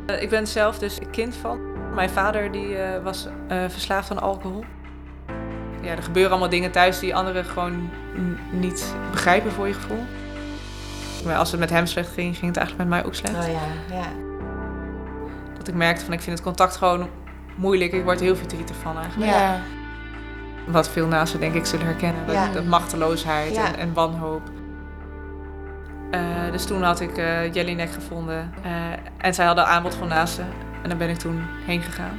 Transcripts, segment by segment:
Ik ben zelf dus een kind van. Mijn vader die was verslaafd aan alcohol. Ja, er gebeuren allemaal dingen thuis die anderen gewoon niet begrijpen voor je gevoel. Maar als het met hem slecht ging, ging het eigenlijk met mij ook slecht. Oh ja. Dat ik merkte van ik vind het contact gewoon moeilijk. Ik word er heel verdrietig van eigenlijk. Ja. Wat veel naasten denk ik zullen herkennen. Ja. Dat machteloosheid Ja. en wanhoop. Dus toen had ik Jelinek gevonden. En zij hadden aanbod van naasten. En daar ben ik toen heen gegaan.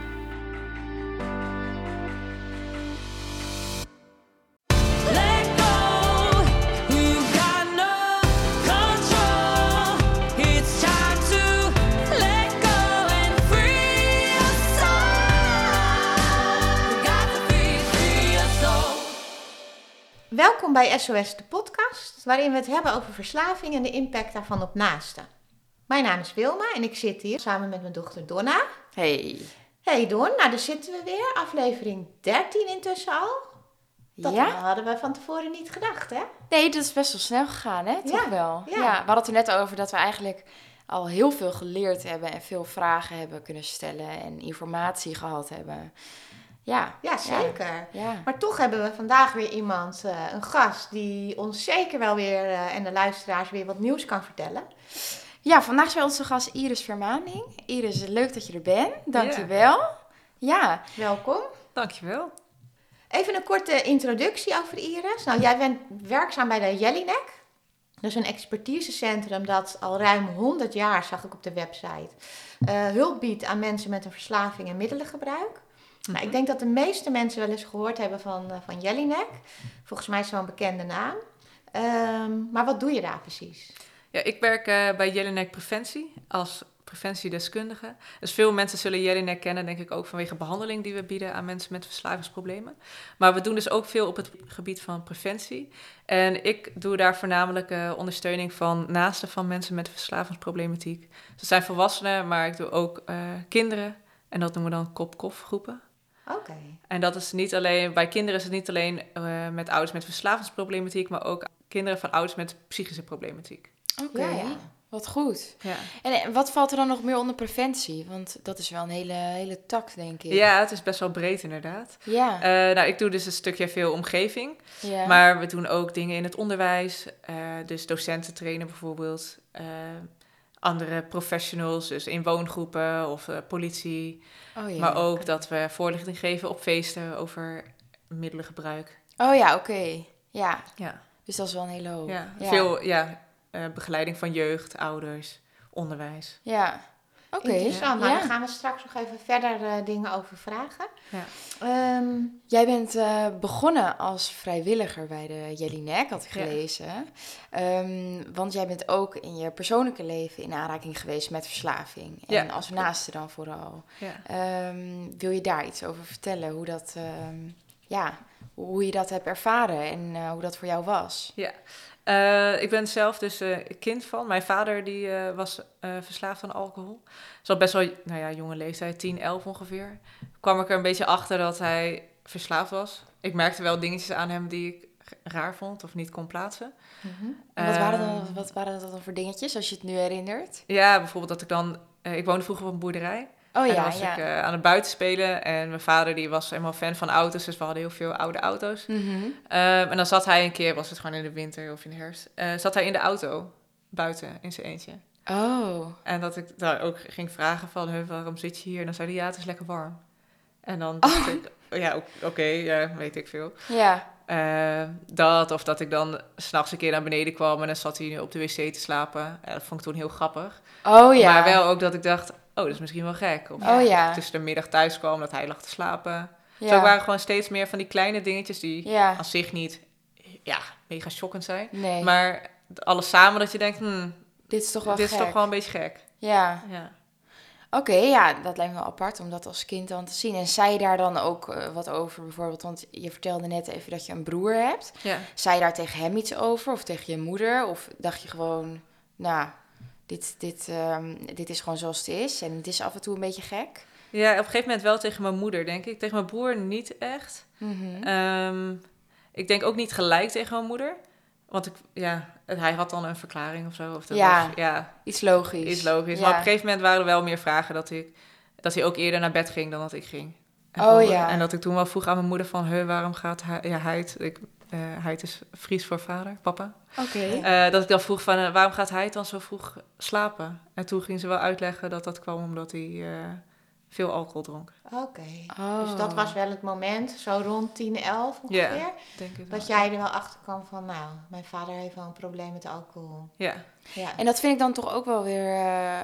Welkom bij SOS, de podcast, waarin we het hebben over verslaving en de impact daarvan op naasten. Mijn naam is Wilma en ik zit hier samen met mijn dochter Donna. Hey. Hey Don, nou daar zitten we weer, aflevering 13 intussen al. Dat hadden we van tevoren niet gedacht, hè? Nee, dat is best wel snel gegaan, hè? Toch wel? Ja. We hadden het er net over dat we eigenlijk al heel veel geleerd hebben en veel vragen hebben kunnen stellen en informatie gehad hebben. Ja, zeker. Ja. Maar toch hebben we vandaag weer iemand, een gast, die ons zeker wel weer en de luisteraars weer wat nieuws kan vertellen. Ja, vandaag is bij onze gast Iris Vermaning. Iris, leuk dat je er bent. Dank je wel. Ja. Welkom. Dankjewel. Even een korte introductie over Iris. Nou, jij bent werkzaam bij de Jelinek. Dat is een expertisecentrum dat al ruim 100 jaar, zag ik op de website, hulp biedt aan mensen met een verslaving en middelengebruik. Nou, ik denk dat de meeste mensen wel eens gehoord hebben van Jelinek. Volgens mij is zo'n bekende naam. Maar wat doe je daar precies? Ja, ik werk bij Jelinek Preventie als preventiedeskundige. Dus veel mensen zullen Jelinek kennen, denk ik ook vanwege behandeling die we bieden aan mensen met verslavingsproblemen. Maar we doen dus ook veel op het gebied van preventie. En ik doe daar voornamelijk ondersteuning van naasten van mensen met verslavingsproblematiek. Dus het zijn volwassenen, maar ik doe ook kinderen. En dat noemen we dan kop-kof groepen. Oké. En dat is niet alleen, bij kinderen is het niet alleen met ouders met verslavingsproblematiek, maar ook kinderen van ouders met psychische problematiek. Oké, wat goed. Ja. En wat valt er dan nog meer onder preventie? Want dat is wel een hele tak, denk ik. Ja, het is best wel breed inderdaad. Ja. Nou, ik doe dus een stukje veel omgeving, Ja. maar we doen ook dingen in het onderwijs. Dus docenten trainen bijvoorbeeld, andere professionals, dus in woongroepen of politie. Oh, ja. Maar ook dat we voorlichting geven op feesten over middelengebruik. Oh ja, oké. Ja. Ja. Dus dat is wel een hele hoop. Ja. Veel begeleiding van jeugd, ouders, onderwijs. Ja. Oké. Interessant. Nou, Ja. daar gaan we straks nog even verder dingen over vragen. Ja. Jij bent begonnen als vrijwilliger bij de Jelinek, had ik gelezen. Want jij bent ook in je persoonlijke leven in aanraking geweest met verslaving. En als naaste dan vooral. Ja. Wil je daar iets over vertellen? Hoe dat, hoe je dat hebt ervaren en hoe dat voor jou was? Ja. Ik ben zelf dus een kind van. Mijn vader die was verslaafd aan alcohol. Dus al best wel jonge leeftijd, 10, 11 ongeveer. Kwam ik er een beetje achter dat hij verslaafd was. Ik merkte wel dingetjes aan hem die ik raar vond of niet kon plaatsen. Mm-hmm. Wat waren dat dan voor dingetjes, als je het nu herinnert? Ja, bijvoorbeeld dat ik dan... ik woonde vroeger op een boerderij. Oh en ja, dan was ik aan het buiten spelen. En mijn vader die was helemaal fan van auto's. Dus we hadden heel veel oude auto's. Mm-hmm. En dan zat hij een keer, was het gewoon in de winter of in de herfst... zat hij in de auto, buiten, in zijn eentje. Oh. En dat ik daar ook ging vragen van... waarom zit je hier? En dan zei hij, ja, het is lekker warm. En dan dacht ik, oké, weet ik veel. Ja. Dat, of dat ik dan 's nachts een keer naar beneden kwam... en dan zat hij op de wc te slapen. Dat vond ik toen heel grappig. Oh ja. Maar wel ook dat ik dacht... dat is misschien wel gek. Of tussen de middag thuis kwam, dat hij lag te slapen. Ja. Zo waren gewoon steeds meer van die kleine dingetjes... die Ja. aan zich niet mega shockend zijn. Nee. Maar alles samen dat je denkt... Dit is toch wel dit gek. is toch wel een beetje gek. Ja. Ja. Oké, dat lijkt me wel apart om dat als kind dan te zien. En zei je daar dan ook wat over bijvoorbeeld? Want je vertelde net even dat je een broer hebt. Ja. Zei je daar tegen hem iets over of tegen je moeder? Of dacht je gewoon, nou, dit is gewoon zoals het is en het is af en toe een beetje gek? Ja, op een gegeven moment wel tegen mijn moeder, denk ik. Tegen mijn broer niet echt. Mm-hmm. Ik denk ook niet gelijk tegen mijn moeder. Want hij had dan een verklaring of zo. Of dat Ja. was, ja, Iets logisch. iets logisch. Ja. Maar op een gegeven moment waren er wel meer vragen dat hij ook eerder naar bed ging dan dat ik ging. En dat ik toen wel vroeg aan mijn moeder van, waarom gaat Heid... Heid is Fries voor vader, papa. Oké. Dat ik dan vroeg van, waarom gaat Heid dan zo vroeg slapen? En toen ging ze wel uitleggen dat dat kwam omdat hij veel alcohol dronk. Oké. Oh. Dus dat was wel het moment, zo rond 10, 11 ongeveer. Ja, denk ik wel. Dat jij er wel achter kwam van, nou, mijn vader heeft wel een probleem met alcohol. Ja. Ja. En dat vind ik dan toch ook wel weer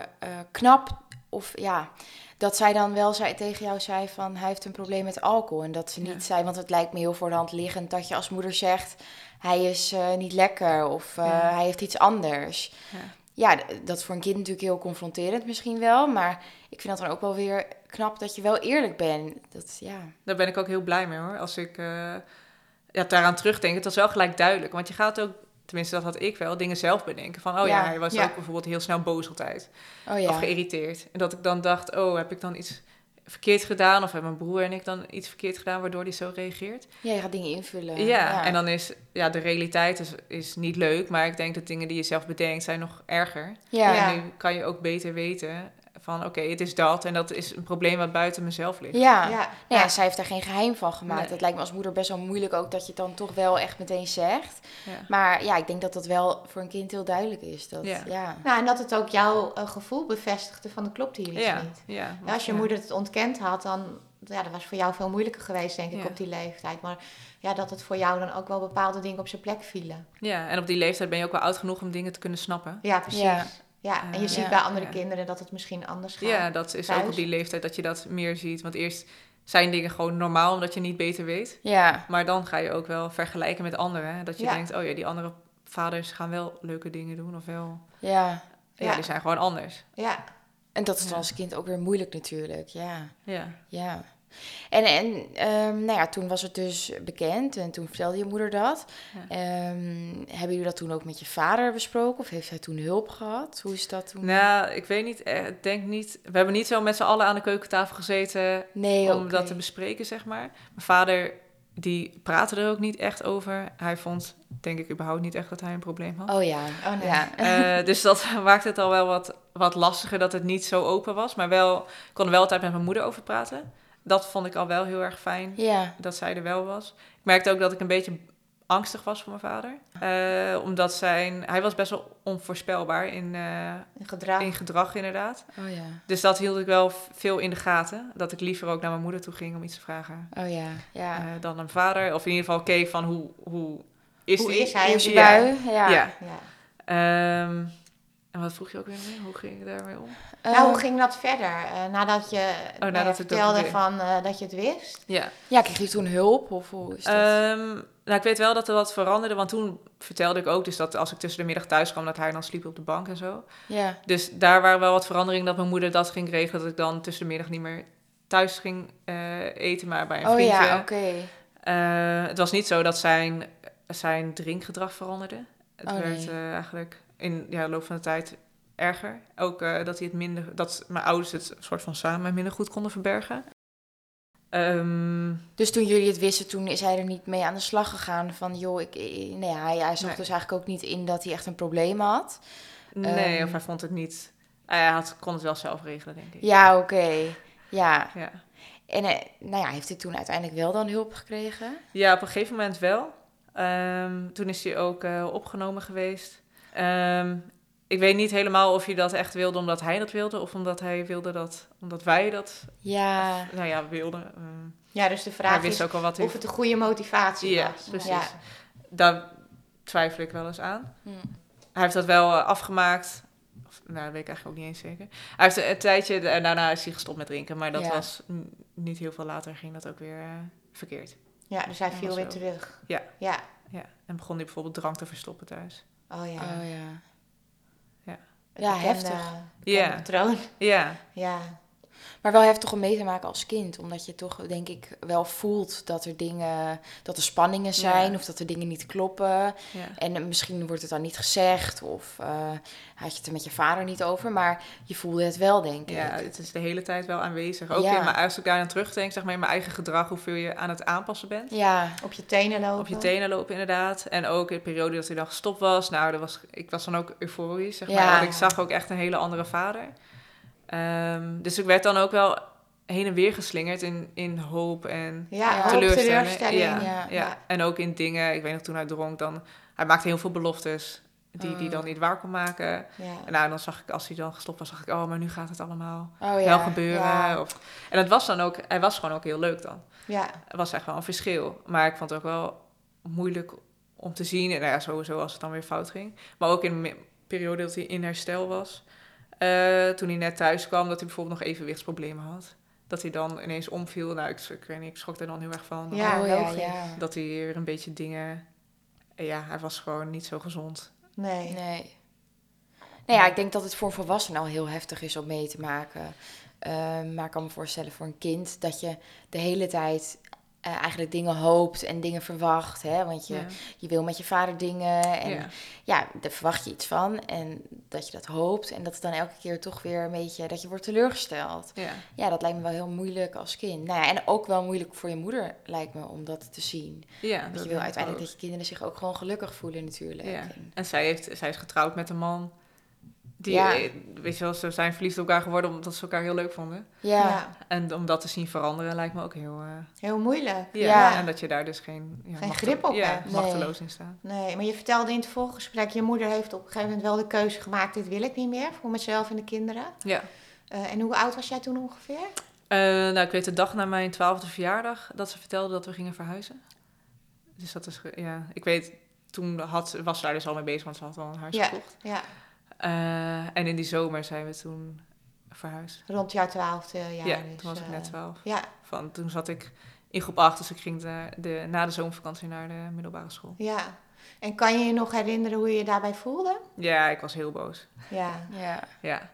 knap. Of ja, dat zij dan wel tegen jou zei van hij heeft een probleem met alcohol. En dat ze niet zei, want het lijkt me heel voor de hand liggend dat je als moeder zegt hij is niet lekker of hij heeft iets anders. Ja, dat is voor een kind natuurlijk heel confronterend misschien wel. Maar ik vind dat dan ook wel weer knap dat je wel eerlijk bent. Daar ben ik ook heel blij mee hoor. Als ik daaraan terugdenk, het was wel gelijk duidelijk. Want je gaat ook, tenminste dat had ik wel, dingen zelf bedenken. Van hij was ook bijvoorbeeld heel snel boos altijd. Of geïrriteerd. En dat ik dan dacht, heb ik dan iets verkeerd gedaan? Of hebben mijn broer en ik dan iets verkeerd gedaan waardoor hij zo reageert? Ja, je gaat dingen invullen. Ja, en dan is de realiteit is niet leuk. Maar ik denk dat dingen die je zelf bedenkt zijn nog erger. Ja. En nu kan je ook beter weten van oké, het is dat. En dat is een probleem wat buiten mezelf ligt. Ja, zij heeft daar geen geheim van gemaakt. Nee. Dat lijkt me als moeder best wel moeilijk ook dat je het dan toch wel echt meteen zegt. Ja. Maar ja, ik denk dat dat wel voor een kind heel duidelijk is. Nou, en dat het ook jouw gevoel bevestigde van, dat klopt hier iets niet. Ja, Als je moeder het ontkend had, dan... Ja, dat was voor jou veel moeilijker geweest, denk ik, op die leeftijd. Maar ja, dat het voor jou dan ook wel bepaalde dingen op zijn plek vielen. Ja, en op die leeftijd ben je ook wel oud genoeg om dingen te kunnen snappen. Ja, precies. Ja, en je ziet bij andere kinderen dat het misschien anders gaat. Ja, dat is ook op die leeftijd dat je dat meer ziet. Want eerst zijn dingen gewoon normaal, omdat je niet beter weet. Ja. Maar dan ga je ook wel vergelijken met anderen. Hè? Dat je denkt, die andere vaders gaan wel leuke dingen doen. Of wel... Ja, die zijn gewoon anders. Ja. En dat is dan als kind ook weer moeilijk natuurlijk. Ja. En toen was het dus bekend en toen vertelde je moeder dat. Ja. Hebben jullie dat toen ook met je vader besproken of heeft hij toen hulp gehad? Hoe is dat toen? Nou, ik weet niet, ik denk niet. We hebben niet zo met z'n allen aan de keukentafel gezeten om dat te bespreken, zeg maar. Mijn vader, die praatte er ook niet echt over. Hij vond, denk ik, überhaupt niet echt dat hij een probleem had. Oh ja. Oh, nee. Ja. Dus dat maakte het al wel wat lastiger dat het niet zo open was. Maar ik kon er wel altijd met mijn moeder over praten. Dat vond ik al wel heel erg fijn, dat zij er wel was. Ik merkte ook dat ik een beetje angstig was voor mijn vader. Omdat hij was best wel onvoorspelbaar in gedrag inderdaad. Oh ja. Dus dat hield ik wel veel in de gaten. Dat ik liever ook naar mijn moeder toe ging om iets te vragen. Oh ja. Dan naar mijn vader. Of in ieder geval keek van hoe is hij? Hoe is je bui? Ja. En wat vroeg je ook weer mee? Hoe ging ik daarmee om? Hoe ging dat verder? Nadat je vertelde dat je het wist? Ja, kreeg je toen hulp? Of hoe is dat? Ik weet wel dat er wat veranderde. Want toen vertelde ik ook dus dat als ik tussen de middag thuis kwam... dat hij dan sliep op de bank en zo. Ja. Dus daar waren wel wat veranderingen. Dat mijn moeder dat ging regelen. Dat ik dan tussen de middag niet meer thuis ging eten. Maar bij een vriendje. Oh ja, oké. Het was niet zo dat zijn drinkgedrag veranderde. Het werd eigenlijk in de loop van de tijd erger. Ook dat hij het minder, dat mijn ouders het soort van samen minder goed konden verbergen. Dus toen jullie het wisten, toen is hij er niet mee aan de slag gegaan van, joh, hij zag dus eigenlijk ook niet in dat hij echt een probleem had. Nee, of hij vond het niet. Hij kon het wel zelf regelen, denk ik. Ja, oké. Ja. En heeft hij toen uiteindelijk wel dan hulp gekregen? Ja, op een gegeven moment wel. Toen is hij ook opgenomen geweest. Ik weet niet helemaal of je dat echt wilde omdat hij dat wilde... of omdat hij wilde omdat wij dat wilden. Dus de vraag is ook of het een goede motivatie was. Precies. Ja. Daar twijfel ik wel eens aan. Hij heeft dat wel afgemaakt. Dat weet ik eigenlijk ook niet eens zeker. Hij heeft een tijdje... daarna is hij gestopt met drinken. Maar dat was niet heel veel later ging dat ook weer verkeerd. Ja, dus hij viel weer terug. Ja. En begon hij bijvoorbeeld drank te verstoppen thuis. Oh ja. Ja, heftig. Patroon. Ja. Maar wel heftig om mee te maken als kind. Omdat je toch, denk ik, wel voelt dat er spanningen zijn. Ja. Of dat er dingen niet kloppen. Ja. En misschien wordt het dan niet gezegd. Of had je het er met je vader niet over. Maar je voelde het wel, denk ik. Ja, het is de hele tijd wel aanwezig. Ook als ik daar aan terugdenk, zeg maar in mijn eigen gedrag, hoeveel je aan het aanpassen bent. Ja. Op je tenen lopen. Op je tenen lopen, inderdaad. En ook in de periode dat hij dan gestopt was. Nou, ik was dan ook euforisch, zeg maar. Ja. Want ik zag ook echt een hele andere vader. Dus ik werd dan ook wel heen en weer geslingerd in hoop en hoop, teleurstelling. Ja. Ja. En ook in dingen, ik weet nog toen hij dronk, hij maakte heel veel beloftes die hij dan niet waar kon maken. Ja. En nou, dan zag ik, als hij dan gestopt was, zag ik, oh, maar nu gaat het allemaal Oh, wel gebeuren. Ja. En dat was dan ook, hij was gewoon ook heel leuk dan. Ja. Het was echt wel een verschil. Maar ik vond het ook wel moeilijk om te zien. En nou ja, sowieso als het dan weer fout ging. Maar ook in de periode dat hij in herstel was. Toen hij net thuis kwam, dat hij bijvoorbeeld nog evenwichtsproblemen had. Dat hij dan ineens omviel. Nou, ik weet niet, ik schrok er dan heel erg van. Ja, logisch. ja. Dat hij weer een beetje dingen... Ja, hij was gewoon niet zo gezond. Nee. Nou ja, ik denk dat het voor volwassenen al heel heftig is om mee te maken. Maar ik kan me voorstellen voor een kind dat je de hele tijd eigenlijk dingen hoopt en dingen verwacht. Hè? Want je wil met je vader dingen en daar verwacht je iets van. En dat je dat hoopt en dat het dan elke keer toch weer een beetje, dat je wordt teleurgesteld. Ja, dat lijkt me wel heel moeilijk als kind. Nou ja, en ook wel moeilijk voor je moeder lijkt me om dat te zien. Ja, Want je wil uiteindelijk dat je kinderen zich ook gewoon gelukkig voelen natuurlijk. Ja. En zij is getrouwd met een man... weet je wel, ze zijn verliefd op elkaar geworden omdat ze elkaar heel leuk vonden. Ja. En om dat te zien veranderen lijkt me ook heel... heel moeilijk. Ja. En dat je daar dus geen grip op hebt. Machteloos in staat. Nee, maar je vertelde in het voorgesprek, je moeder heeft op een gegeven moment wel de keuze gemaakt, dit wil ik niet meer, voor mezelf en de kinderen. Ja. En hoe oud was jij toen ongeveer? Nou, ik weet de dag na mijn 12e verjaardag dat ze vertelde dat we gingen verhuizen. Dus dat is, ik weet, toen was ze daar dus al mee bezig, want ze had al een huis gekocht. Ja. En in die zomer zijn we toen verhuisd. Rond jouw 12e jaar. Ja, dus, toen was ik net 12. Ja. Toen zat ik in groep 8, dus ik ging na de zomervakantie naar de middelbare school. Ja. En kan je je nog herinneren hoe je je daarbij voelde? Ja, ik was heel boos. Ja.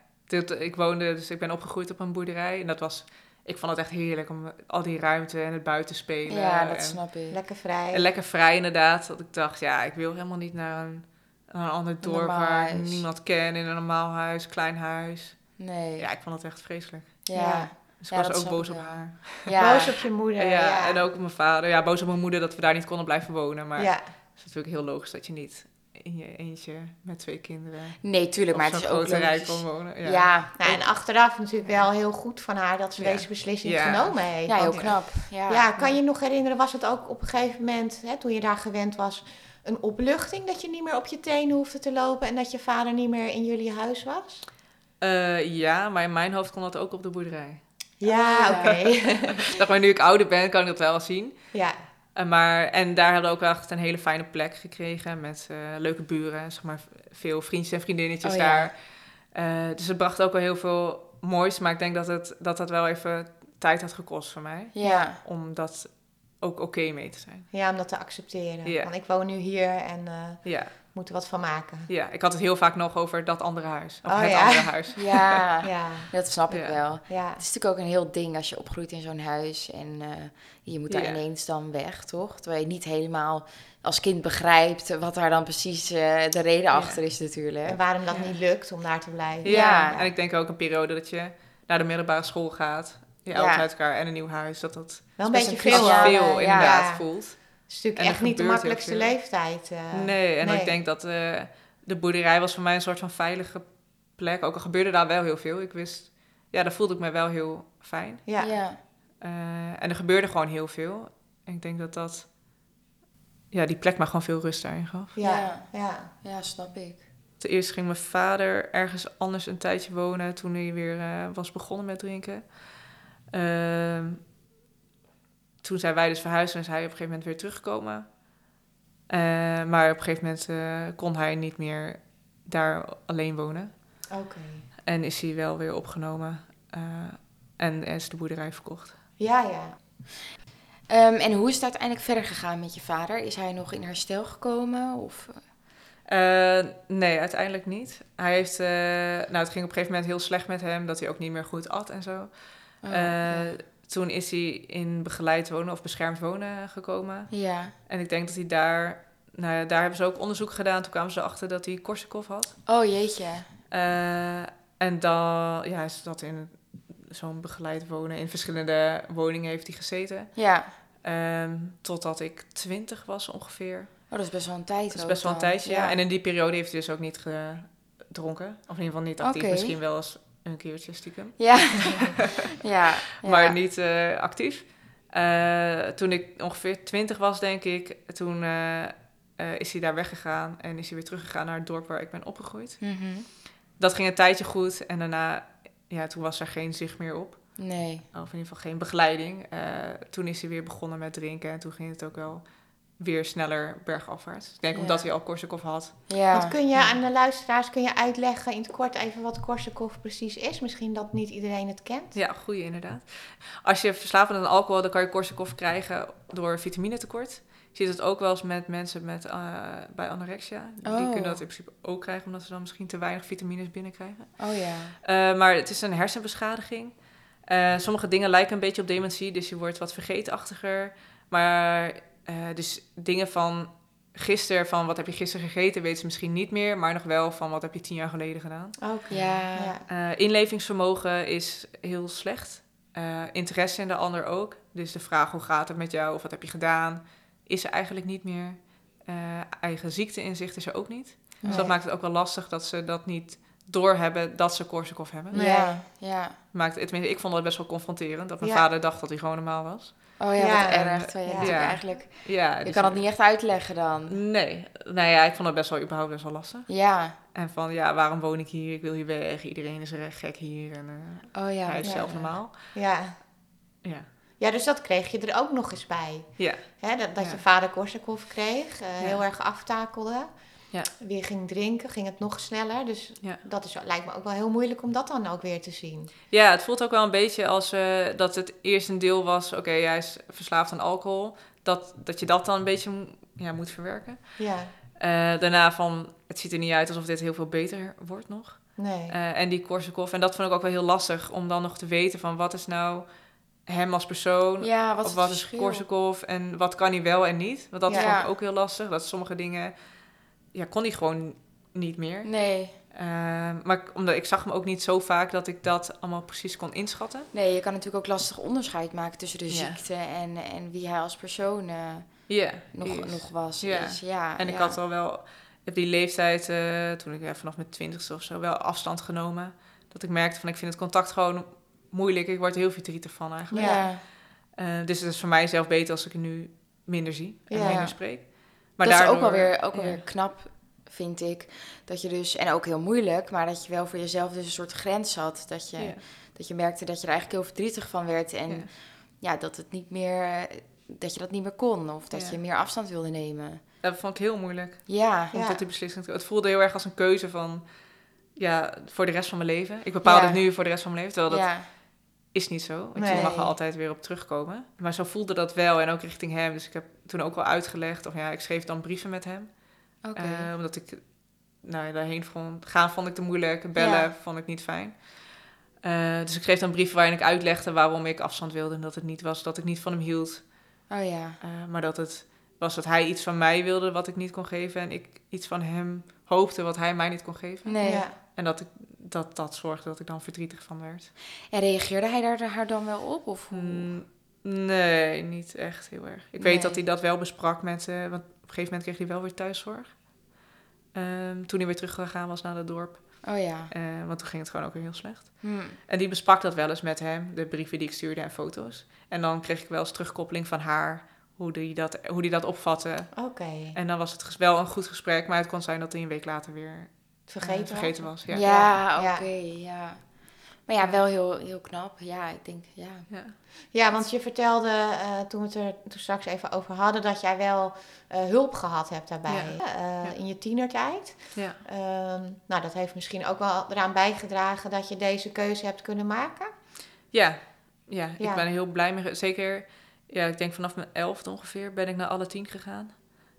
Ik ben opgegroeid op een boerderij en ik vond het echt heerlijk om al die ruimte en het buiten spelen. Ja, dat snap ik. Lekker vrij. En lekker vrij inderdaad, dat ik dacht, ik wil helemaal niet naar een ander dorp waar ik niemand ken, in een normaal huis, klein huis. Nee. Ja, ik vond het echt vreselijk. Ja. Dus ik was ook boos op haar. Ja. Boos op je moeder. Ja, en ook op mijn vader. Ja, boos op mijn moeder dat we daar niet konden blijven wonen. Maar het is natuurlijk heel logisch dat je niet in je eentje met 2 kinderen... Nee, tuurlijk, maar het is ook rijk kon wonen. Ja. Nou, en achteraf natuurlijk wel heel goed van haar dat ze deze beslissing genomen heeft. Ja, heel knap. Ja, kan je nog herinneren, was het ook op een gegeven moment, toen je daar gewend was, een opluchting dat je niet meer op je tenen hoefde te lopen en dat je vader niet meer in jullie huis was? Ja, maar in mijn hoofd kon dat ook op de boerderij. Ja, oké. Zeg maar, nu ik ouder ben, kan ik dat wel zien. Ja. En daar hebben we ook echt een hele fijne plek gekregen met leuke buren, zeg maar veel vriendjes en vriendinnetjes daar. Dus het bracht ook wel heel veel moois, maar ik denk dat wel even tijd had gekost voor mij. Ja. Om dat ook oké mee te zijn. Ja, om dat te accepteren. Ja. Want ik woon nu hier en moet er wat van maken. Ja, ik had het heel vaak nog over dat andere huis. Of het andere huis. Ja, dat snap ik wel. Ja. Het is natuurlijk ook een heel ding als je opgroeit in zo'n huis en je moet daar ineens dan weg, toch? Terwijl je niet helemaal als kind begrijpt wat daar dan precies de reden achter is natuurlijk. En waarom dat niet lukt om daar te blijven. Ja, en ik denk ook een periode dat je naar de middelbare school gaat, je ouders uit elkaar en een nieuw huis, dat wel een beetje veel inderdaad voelt. Het is natuurlijk echt niet de makkelijkste leeftijd. Nee, ik denk dat de boerderij was voor mij een soort van veilige plek. Ook al gebeurde daar wel heel veel. Ik wist, daar voelde ik me wel heel fijn. Ja. En er gebeurde gewoon heel veel. En ik denk dat die plek me gewoon veel rust daarin gaf. Ja, snap ik. Ten eerste ging mijn vader ergens anders een tijdje wonen toen hij weer was begonnen met drinken. Toen zijn wij dus verhuisd en is hij op een gegeven moment weer teruggekomen. Maar op een gegeven moment kon hij niet meer daar alleen wonen. Oké. En is hij wel weer opgenomen en is de boerderij verkocht. Ja. En hoe is het uiteindelijk verder gegaan met je vader? Is hij nog in herstel gekomen? Of? Nee, uiteindelijk niet. Hij heeft, het ging op een gegeven moment heel slecht met hem, dat hij ook niet meer goed at en zo. Oh, Eh, Toen is hij in begeleid wonen of beschermd wonen gekomen. ja. En ik denk dat hij daar... Nou ja, daar hebben ze ook onderzoek gedaan. Toen kwamen ze erachter dat hij Korsakoff had. Oh, jeetje. En dan is dat in zo'n begeleid wonen. In verschillende woningen heeft hij gezeten. Ja. Totdat ik 20 was ongeveer. Oh, dat is best wel een tijd. Dat is ook best wel een dan. tijdje, ja. En in die periode heeft hij dus ook niet gedronken. Of in ieder geval niet actief. Oké. Misschien wel eens een keertje stiekem. Ja. ja. Maar niet actief. Toen ik ongeveer 20 was, denk ik, toen is hij daar weggegaan en is hij weer teruggegaan naar het dorp waar ik ben opgegroeid. Mhm. Dat ging een tijdje goed en daarna, toen was er geen zicht meer op. Nee. Of in ieder geval geen begeleiding. Toen is hij weer begonnen met drinken en toen ging het ook wel weer sneller bergafwaarts. Ik denk Ja. omdat hij al Korsakoff had. Ja. Want kun je aan de luisteraars uitleggen in het kort even wat Korsakoff precies is? Misschien dat niet iedereen het kent. Ja, goeie inderdaad. Als je verslaafd bent aan alcohol, dan kan je Korsakoff krijgen door vitaminetekort. Je ziet het ook wel eens met mensen bij anorexia. Die Oh. kunnen dat in principe ook krijgen, omdat ze dan misschien te weinig vitamines binnenkrijgen. Oh ja. Maar het is een hersenbeschadiging. Sommige dingen lijken een beetje op dementie, dus je wordt wat vergeetachtiger. Maar dus dingen van gisteren, van wat heb je gisteren gegeten, weten ze misschien niet meer. Maar nog wel van wat heb je 10 jaar geleden gedaan. Oké. Ja. Inlevingsvermogen is heel slecht. Interesse in de ander ook. Dus de vraag hoe gaat het met jou of wat heb je gedaan, is er eigenlijk niet meer. Eigen ziekteinzicht is er ook niet. Dus dat maakt het ook wel lastig dat ze dat niet doorhebben dat ze Korsakoff hebben. Nee. Ja. Ja. Tenminste, ik vond dat best wel confronterend. Dat mijn Ja. vader dacht dat hij gewoon normaal was. Oh ja, Ja, wat erg. Terwijl je ja. natuurlijk Ja. eigenlijk... Ja, Je dus- kan het niet echt uitleggen dan. Nee. Nou ja, ik vond dat überhaupt best wel lastig. Ja. En van, waarom woon ik hier? Ik wil hier weg. Iedereen is er gek hier. En Oh ja. hij is ja. zelf normaal. Ja. Ja. Ja, dus dat kreeg je er ook nog eens bij. Ja. Hè, dat Ja. je vader Korsakoff kreeg, heel erg aftakelde. Ja. Weer ging drinken, ging het nog sneller. Dus Ja. lijkt me ook wel heel moeilijk om dat dan ook weer te zien. Ja, het voelt ook wel een beetje als dat het eerst een deel was... Oké, hij is verslaafd aan alcohol. Dat je dat dan een beetje moet verwerken. Ja, Daarna van, het ziet er niet uit alsof dit heel veel beter wordt nog. nee. En die Korsakoff. En dat vond ik ook wel heel lastig om dan nog te weten van... wat is nou hem als persoon? Ja, wat is Of het wat is verschil? Korsakoff? En wat kan hij wel en niet? Want dat Ja. vond ik ook heel lastig. Dat sommige dingen kon hij gewoon niet meer. Nee. Maar omdat ik zag hem ook niet zo vaak dat ik dat allemaal precies kon inschatten. Nee, je kan natuurlijk ook lastig onderscheid maken tussen de Ja. ziekte en wie hij als persoon Ja, nog was. Ja. Is. Ja, En ik had al wel op die leeftijd, toen ik vanaf mijn 20ste of zo, wel afstand genomen. Dat ik merkte van, ik vind het contact gewoon moeilijk. Ik word er heel verdrietig van eigenlijk. Ja. Dus het is voor mij zelf beter als ik het nu minder zie en Ja. minder spreek. Maar Dat is ook daardoor- wel weer knap, vind ik. Dat je dus, en ook heel moeilijk, maar dat je wel voor jezelf dus een soort grens had. Dat je merkte dat je er eigenlijk heel verdrietig van werd. En dat het niet meer, dat je dat niet meer kon. Of dat Ja. je meer afstand wilde nemen. Dat vond ik heel moeilijk. Ja. Om Ja. tot die beslissing te komen. Het voelde heel erg als een keuze van, voor de rest van mijn leven. Ik bepaal het nu voor de rest van mijn leven, terwijl dat is niet zo. Want Nee. je mag er altijd weer op terugkomen. Maar zo voelde dat wel en ook richting hem. Dus ik heb toen ook wel uitgelegd, ik schreef dan brieven met hem. Oké. Omdat ik daarheen vond ik te moeilijk. Bellen vond ik niet fijn. Dus ik schreef dan brieven waarin ik uitlegde waarom ik afstand wilde. En dat het niet was dat ik niet van hem hield. Oh ja. Maar dat het was dat hij iets van mij wilde wat ik niet kon geven. En ik iets van hem hoopte wat hij mij niet kon geven. Nee. Ja. En dat zorgde dat ik dan verdrietig van werd. En reageerde hij daar dan wel op? Of hoe? Nee, niet echt heel erg. Ik Nee. weet dat hij dat wel besprak met... want op een gegeven moment kreeg hij wel weer thuiszorg. Toen hij weer teruggegaan was naar het dorp. Oh ja. Want toen ging het gewoon ook weer heel slecht. Hm. En die besprak dat wel eens met hem. De brieven die ik stuurde en foto's. En dan kreeg ik wel eens terugkoppeling van haar. Hoe die dat opvatte. Oké. En dan was het wel een goed gesprek. Maar het kon zijn dat hij een week later weer vergeten was. Ja. Ja, Ja. oké, ja. Maar ja, wel heel knap. Ja, ik denk, ja. Ja. Ja, want je vertelde toen we het er toen straks even over hadden... dat jij wel hulp gehad hebt daarbij in je tienertijd. Ja. Dat heeft misschien ook wel eraan bijgedragen... dat je deze keuze hebt kunnen maken. Ja, Ja. ik ben er heel blij mee. Zeker, ik denk vanaf mijn 11e ongeveer ben ik naar alle 10 gegaan.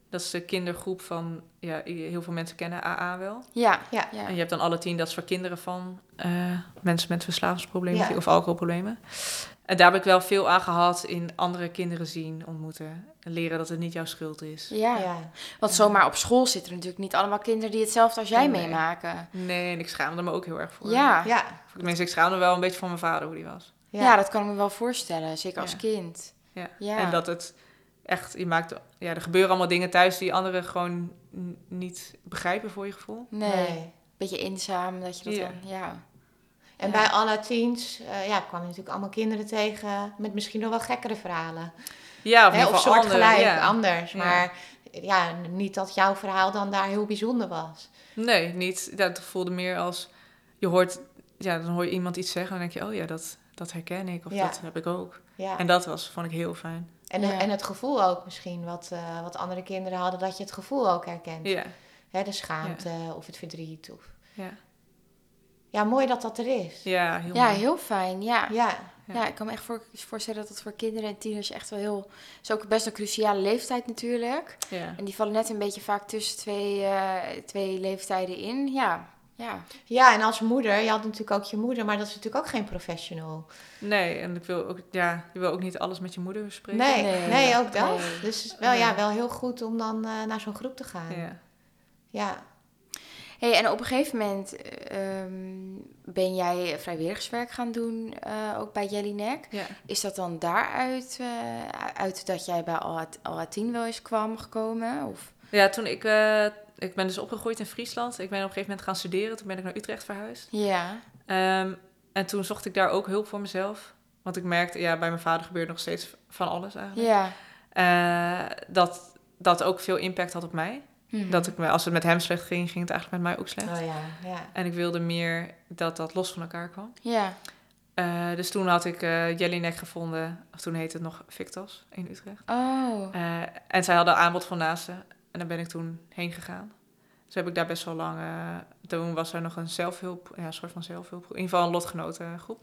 Dat is de kindergroep van, heel veel mensen kennen AA wel. Ja. Ja. En je hebt dan alle 10, dat is voor kinderen van mensen met verslavingsproblemen Ja. of alcoholproblemen. En daar heb ik wel veel aan gehad in andere kinderen zien, ontmoeten. En leren dat het niet jouw schuld is. Ja. Want zomaar op school zitten er natuurlijk niet allemaal kinderen die hetzelfde als jij Nee. meemaken. Nee, en ik schaamde me ook heel erg voor. Ja. Ja. Tenminste, ik schaamde me wel een beetje van mijn vader, hoe die was. Ja, dat kan ik me wel voorstellen. Zeker als Ja. kind. Ja. Ja. En dat het echt, er gebeuren allemaal dingen thuis die anderen gewoon niet begrijpen voor je gevoel. Nee. Beetje eenzaam, dat je dat Ja. dan... Ja. En Ja. bij alle teens kwam je natuurlijk allemaal kinderen tegen met misschien nog wel gekkere verhalen. Ja, of in Hè, ieder of geval soortgelijk, anderen, ja. anders. Ja. Maar niet dat jouw verhaal dan daar heel bijzonder was. Nee, niet. Dat voelde meer als, je hoort, dan hoor je iemand iets zeggen en dan denk je, oh ja, dat herken ik of Ja. dat heb ik ook. Ja. En dat vond ik heel fijn. En het gevoel ook misschien, wat andere kinderen hadden, dat je het gevoel ook herkent. Ja, Hè, de schaamte of het verdriet. ja. Ja, mooi dat dat er is. Ja, heel Ja, mooi. heel fijn. Ja. Ja, Ja, ik kan me echt voorstellen dat het voor kinderen en tieners echt wel heel... Het is ook best een cruciale leeftijd natuurlijk. Ja. En die vallen net een beetje vaak tussen twee leeftijden in. Ja. ja, en als moeder, je had natuurlijk ook je moeder, maar dat is natuurlijk ook geen professional. Nee, en ik wil ook, je wil ook niet alles met je moeder bespreken. Nee, ook dat. Nee. Dus wel heel goed om dan naar zo'n groep te gaan. Ja. Ja. Hey, en op een gegeven moment ben jij vrijwilligerswerk gaan doen, ook bij Jelinek. Ja. Is dat dan daaruit uit dat jij bij Al-Atin wel eens gekomen? Of? Ja, toen ik ben dus opgegroeid in Friesland. Ik ben op een gegeven moment gaan studeren. Toen ben ik naar Utrecht verhuisd. Ja. En toen zocht ik daar ook hulp voor mezelf. Want ik merkte, bij mijn vader gebeurde nog steeds van alles eigenlijk. Ja. Dat ook veel impact had op mij. Mhm. Dat als het met hem slecht ging, ging het eigenlijk met mij ook slecht. Oh ja. En ik wilde meer dat los van elkaar kwam. Ja. Dus toen had ik Jelinek gevonden. Of toen heette het nog Victas in Utrecht. Oh. En zij hadden aanbod van naasten. En daar ben ik toen heen gegaan. Dus heb ik daar best wel lang... toen was er nog een soort van zelfhulp. In ieder geval een lotgenotengroep.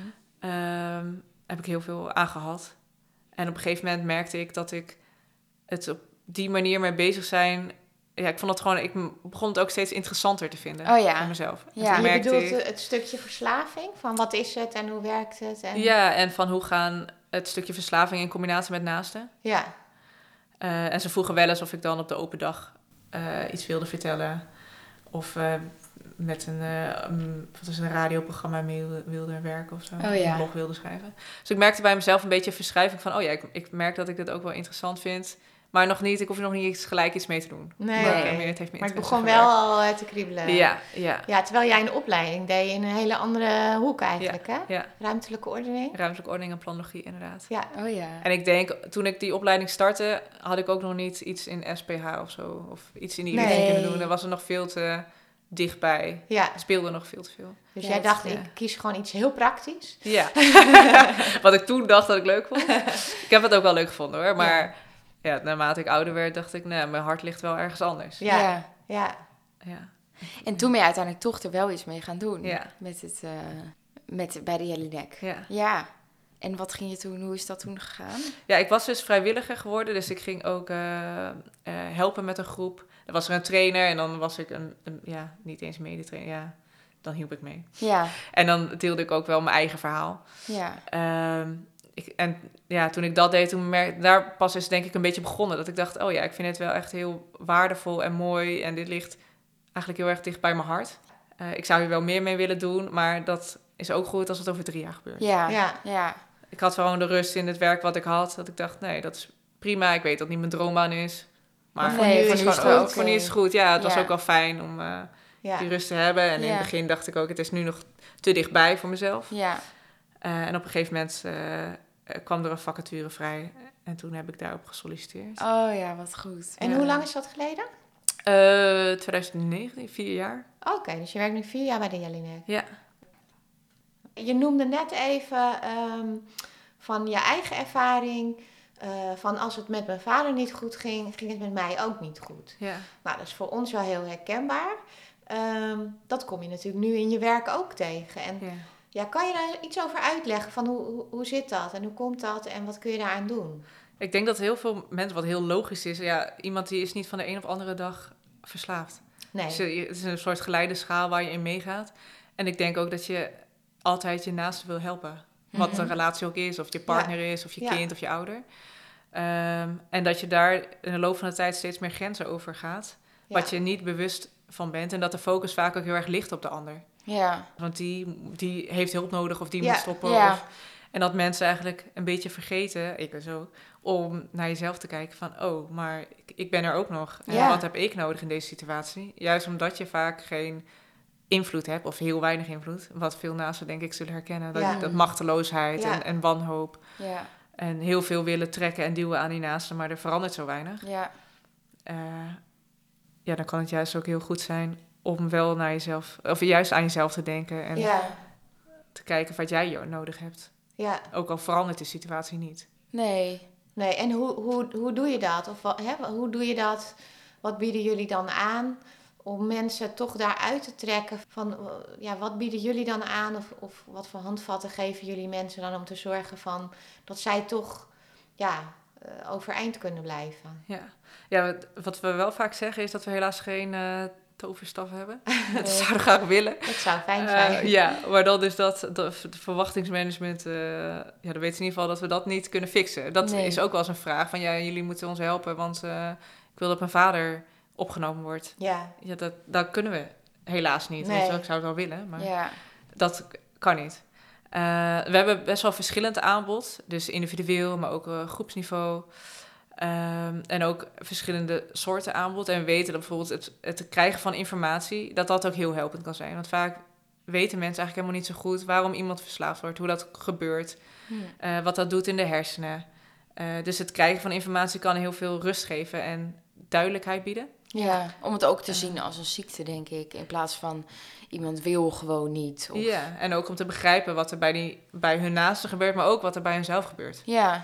Mhm. Heb ik heel veel aan gehad. En op een gegeven moment merkte ik dat ik het op die manier mee bezig zijn... Ja, ik vond het gewoon... Ik begon het ook steeds interessanter te vinden Oh ja. voor mezelf. En Ja. toen Je merkte bedoelt ik- het stukje verslaving? Van wat is het en hoe werkt het? En... Ja, en van hoe gaan het stukje verslaving in combinatie met naasten. Ja. En ze vroegen wel eens of ik dan op de open dag iets wilde vertellen. Of met een radioprogramma mee wilde werken of zo. Oh, Of ja. een blog wilde schrijven. Dus ik merkte bij mezelf een beetje een verschuiving van... ik merk dat ik dit ook wel interessant vind. Maar nog niet, ik hoef er nog niet gelijk iets mee te doen. Nee. Maar, het heeft me Maar het interesse begon gewekt. wel al te kriebelen. Ja. Ja, terwijl jij een opleiding deed in een hele andere hoek eigenlijk, hè? Ja, Ruimtelijke ordening. ruimtelijke ordening en planologie inderdaad. Ja. Oh ja. En ik denk, toen ik die opleiding startte, had ik ook nog niet iets in SPH of zo. Of iets in die Nee. richting kunnen doen. Daar was er nog veel te dichtbij. Ja, Het speelde nog veel te veel. dus Ja, jij dacht, ja. ik kies gewoon iets heel praktisch. Ja. Wat ik toen dacht dat ik leuk vond. Ik heb het ook wel leuk gevonden hoor. Maar naarmate ik ouder werd, dacht ik, nee, mijn hart ligt wel ergens anders. Ja. Ja. Ja. En toen ben je uiteindelijk toch er wel iets mee gaan doen. Ja. Bij de Jelinek. Ja. Ja. En wat ging je toen, hoe is dat toen gegaan? Ja, ik was dus vrijwilliger geworden. Dus ik ging ook helpen met een groep. Dan was er een trainer en dan was ik niet eens medetrainer. Ja, dan hielp ik mee. Ja. En dan deelde ik ook wel mijn eigen verhaal. Ja. Toen ik dat deed, daar pas is denk ik een beetje begonnen. Dat ik dacht, ik vind het wel echt heel waardevol en mooi. En dit ligt eigenlijk heel erg dicht bij mijn hart. Ik zou hier wel meer mee willen doen, maar dat is ook goed als het over 3 jaar gebeurt. Ja. Ja. Ja. Ik had gewoon de rust in het werk wat ik had. Dat ik dacht, nee, dat is prima. Ik weet dat het niet mijn droombaan is. Maar voor nu is het gewoon goed. ook. Voor nu is het goed. Ja, het was Ja. ook wel fijn om Ja. die rust te hebben. En in Ja. het begin dacht ik ook, het is nu nog te dichtbij voor mezelf. Ja. En op een gegeven moment kwam er een vacature vrij. En toen heb ik daarop gesolliciteerd. Oh ja, wat goed. En hoe lang is dat geleden? 2019, 4 jaar. Oké, dus je werkt nu 4 jaar bij de Jelinek. Ja. Je noemde net even van je eigen ervaring... van als het met mijn vader niet goed ging, ging het met mij ook niet goed. Ja. Nou, dat is voor ons wel heel herkenbaar. Dat kom je natuurlijk nu in je werk ook tegen. En Ja. kan je daar iets over uitleggen? Van hoe zit dat en hoe komt dat en wat kun je daaraan doen? Ik denk dat heel veel mensen, wat heel logisch is, iemand die is niet van de een op andere dag verslaafd. Nee. Dus het is een soort geleide schaal waar je in meegaat. En ik denk ook dat je altijd je naaste wil helpen. Wat de relatie ook is, of je partner is, of je kind, of je ouder. En dat je daar in de loop van de tijd steeds meer grenzen over gaat. Wat je niet bewust van bent. En dat de focus vaak ook heel erg ligt op de ander. Ja. Want die heeft hulp nodig of die moet stoppen. Ja. En dat mensen eigenlijk een beetje vergeten, ik dus ook, om naar jezelf te kijken van, oh, maar ik ben er ook nog. En wat heb ik nodig in deze situatie? Juist omdat je vaak geen invloed hebt, of heel weinig invloed. Wat veel naasten denk ik zullen herkennen. Dat machteloosheid en wanhoop. Ja. En heel veel willen trekken en duwen aan die naasten, maar er verandert zo weinig. Ja. Dan kan het juist ook heel goed zijn om wel naar jezelf, of juist aan jezelf te denken en te kijken wat jij nodig hebt. Ja. Ook al verandert de situatie niet. Nee. Nee, en hoe doe je dat? Of hoe doe je dat? Wat bieden jullie dan aan om mensen toch daaruit te trekken? Van, wat bieden jullie dan aan? Of wat voor handvatten geven jullie mensen dan om te zorgen van dat zij toch overeind kunnen blijven? Ja, wat we wel vaak zeggen is dat we helaas geen toverstaf hebben. Dat zouden we graag willen. Dat zou fijn zijn. Maar dan is dat de verwachtingsmanagement, dan weten ze in ieder geval dat we dat niet kunnen fixen. Dat is ook wel eens een vraag van, jullie moeten ons helpen, want ik wil dat mijn vader opgenomen wordt. Ja. Dat kunnen we helaas niet. Nee. Ik zou het wel willen, maar dat kan niet. We hebben best wel verschillend aanbod, dus individueel, maar ook groepsniveau. En ook verschillende soorten aanbod. En we weten dat bijvoorbeeld het krijgen van informatie, dat ook heel helpend kan zijn. Want vaak weten mensen eigenlijk helemaal niet zo goed waarom iemand verslaafd wordt, hoe dat gebeurt, wat dat doet in de hersenen. Dus het krijgen van informatie kan heel veel rust geven en duidelijkheid bieden. Ja, om het ook te zien als een ziekte, denk ik. In plaats van iemand wil gewoon niet. Of... Ja, en ook om te begrijpen wat er bij hun naasten gebeurt, maar ook wat er bij hunzelf gebeurt. Ja.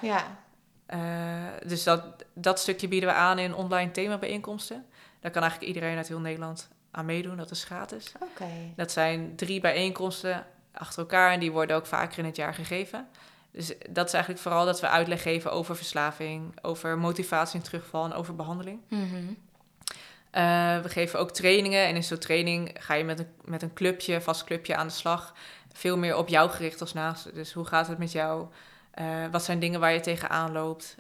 Dus dat stukje bieden we aan in online themabijeenkomsten. Daar kan eigenlijk iedereen uit heel Nederland aan meedoen. Dat is gratis. Okay. Dat zijn 3 bijeenkomsten achter elkaar en die worden ook vaker in het jaar gegeven. Dus dat is eigenlijk vooral dat we uitleg geven over verslaving, over motivatie en terugval en over behandeling. Mm-hmm. We geven ook trainingen en in zo'n training ga je met een vast clubje aan de slag. Veel meer op jou gericht als naaste. Dus hoe gaat het met jou? Wat zijn dingen waar je tegenaan loopt?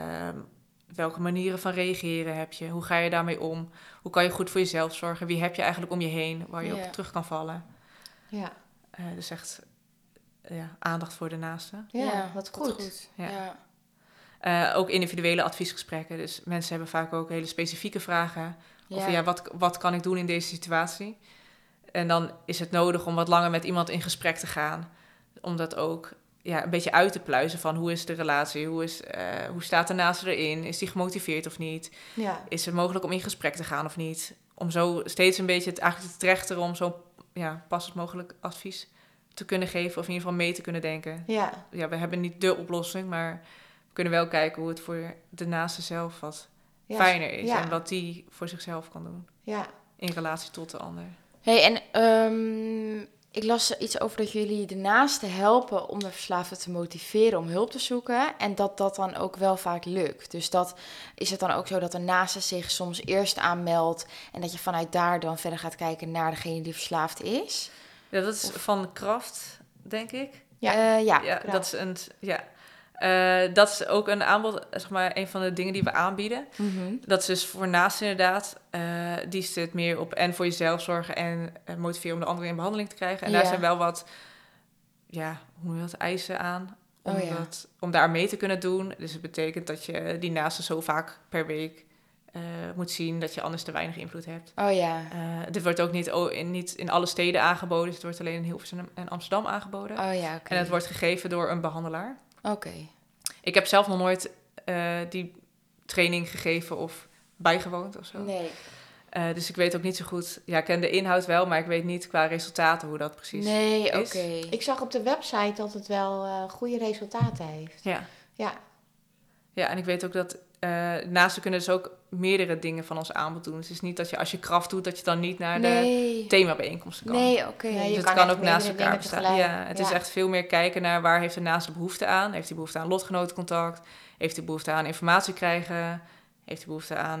Welke manieren van reageren heb je? Hoe ga je daarmee om? Hoe kan je goed voor jezelf zorgen? Wie heb je eigenlijk om je heen waar je op terug kan vallen? Ja. Dus echt aandacht voor de naaste. Ja, wat goed. Ja. Ook individuele adviesgesprekken. Dus mensen hebben vaak ook hele specifieke vragen. Of wat kan ik doen in deze situatie? En dan is het nodig om wat langer met iemand in gesprek te gaan. Om dat ook een beetje uit te pluizen van hoe is de relatie? Hoe staat de naaste erin? Is die gemotiveerd of niet? Ja. Is het mogelijk om in gesprek te gaan of niet? Om zo steeds een beetje eigenlijk te trechteren om zo passend mogelijk advies te kunnen geven. Of in ieder geval mee te kunnen denken. Ja. We hebben niet de oplossing, maar we kunnen wel kijken hoe het voor de naaste zelf wat fijner is. En wat die voor zichzelf kan doen. Ja. In relatie tot de ander. Hey, en ik las iets over dat jullie de naasten helpen om de verslaafde te motiveren om hulp te zoeken. En dat dan ook wel vaak lukt. Dus is het dan ook zo dat de naaste zich soms eerst aanmeldt en dat je vanuit daar dan verder gaat kijken naar degene die verslaafd is? Ja, dat is van Kraft, denk ik. Dat is een... Ja. Dat is ook een aanbod, zeg maar, een van de dingen die we aanbieden. Mm-hmm. Dat is dus voor naasten inderdaad. Die zit meer op en voor jezelf zorgen en motiveren om de anderen in behandeling te krijgen. En daar zijn wel wat, hoe noem je dat, eisen aan om daar mee te kunnen doen. Dus het betekent dat je die naasten zo vaak per week moet zien, dat je anders te weinig invloed hebt. Dit wordt ook niet in alle steden aangeboden. Dus het wordt alleen in Hilversum en Amsterdam aangeboden. En het wordt gegeven door een behandelaar. Oké. Ik heb zelf nog nooit die training gegeven of bijgewoond of zo. Nee. Dus ik weet ook niet zo goed. Ja, ik ken de inhoud wel, maar ik weet niet qua resultaten hoe dat precies is. Oké. Ik zag op de website dat het wel goede resultaten heeft. Ja, en ik weet ook dat naasten kunnen dus ook meerdere dingen van ons aanbod doen. Dus het is niet dat je als je kracht doet, dat je dan niet naar de Nee. themabijeenkomsten kan. Nee, oké. Nee, Dus je het kan kan echt ook naast meerdere elkaar dingen bestaan. tegelijk. Ja, het is Ja. echt veel meer kijken naar waar heeft de naaste behoefte aan. Heeft hij behoefte aan lotgenotencontact? Heeft hij behoefte aan informatie krijgen? Heeft hij behoefte aan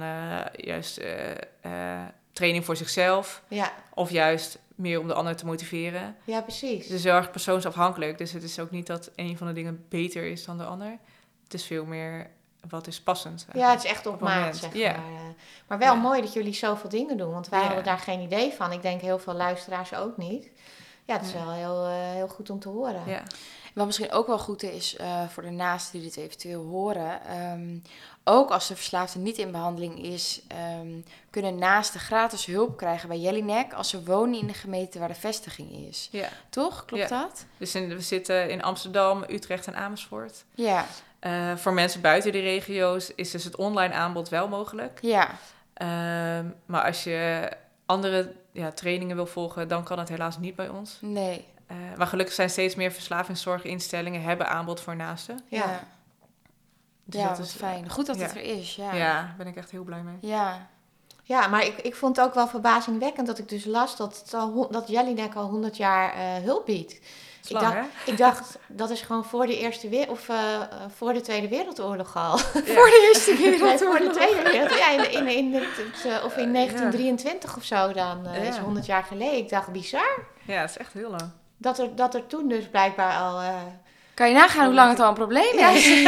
training voor zichzelf? Ja, Of juist meer om de ander te motiveren? ja, precies. Het is heel erg persoonsafhankelijk. Dus het is ook niet dat een van de dingen beter is dan de ander. Het is veel meer wat is passend. Ja, het is echt op Op het maat, moment, zeg ja. maar. Maar wel Ja. mooi dat jullie zoveel dingen doen, want wij Ja. hadden daar geen idee van. Ik denk heel veel luisteraars ook niet. Ja, het is Ja. wel heel goed om te horen. Ja. Wat misschien ook wel goed is voor de naasten die dit eventueel horen. Ook als de verslaafde niet in behandeling is, kunnen naasten gratis hulp krijgen bij Jelinek als ze wonen in de gemeente waar de vestiging is. Ja. Toch? Klopt Ja. dat? Dus we zitten in Amsterdam, Utrecht en Amersfoort. Ja. Voor mensen buiten die regio's is dus het online aanbod wel mogelijk. Ja. Maar als je andere trainingen wil volgen, dan kan het helaas niet bij ons. Nee. Maar gelukkig zijn steeds meer verslavingszorginstellingen hebben aanbod voor naasten. Ja. Dus Ja, dat wat is fijn. Goed dat ja. het er is. Ja. Ja, daar ben ik echt heel blij mee. Ja. Ja, maar ik vond het ook wel verbazingwekkend dat ik dus las dat Jelinek al 100 jaar hulp biedt. Slang, hè? Ik dacht, dat is gewoon voor de voor de Tweede Wereldoorlog al. Voor de Eerste Nee, voor de Wereldoorlog. Tweede Wereldoorlog. Ja, of in 1923 of zo dan. Ja. Is 100 jaar geleden. Ik dacht, bizar. Ja, het is echt heel lang. Dat er toen dus blijkbaar al... Kan je nagaan hoe lang het al een probleem Ja. is?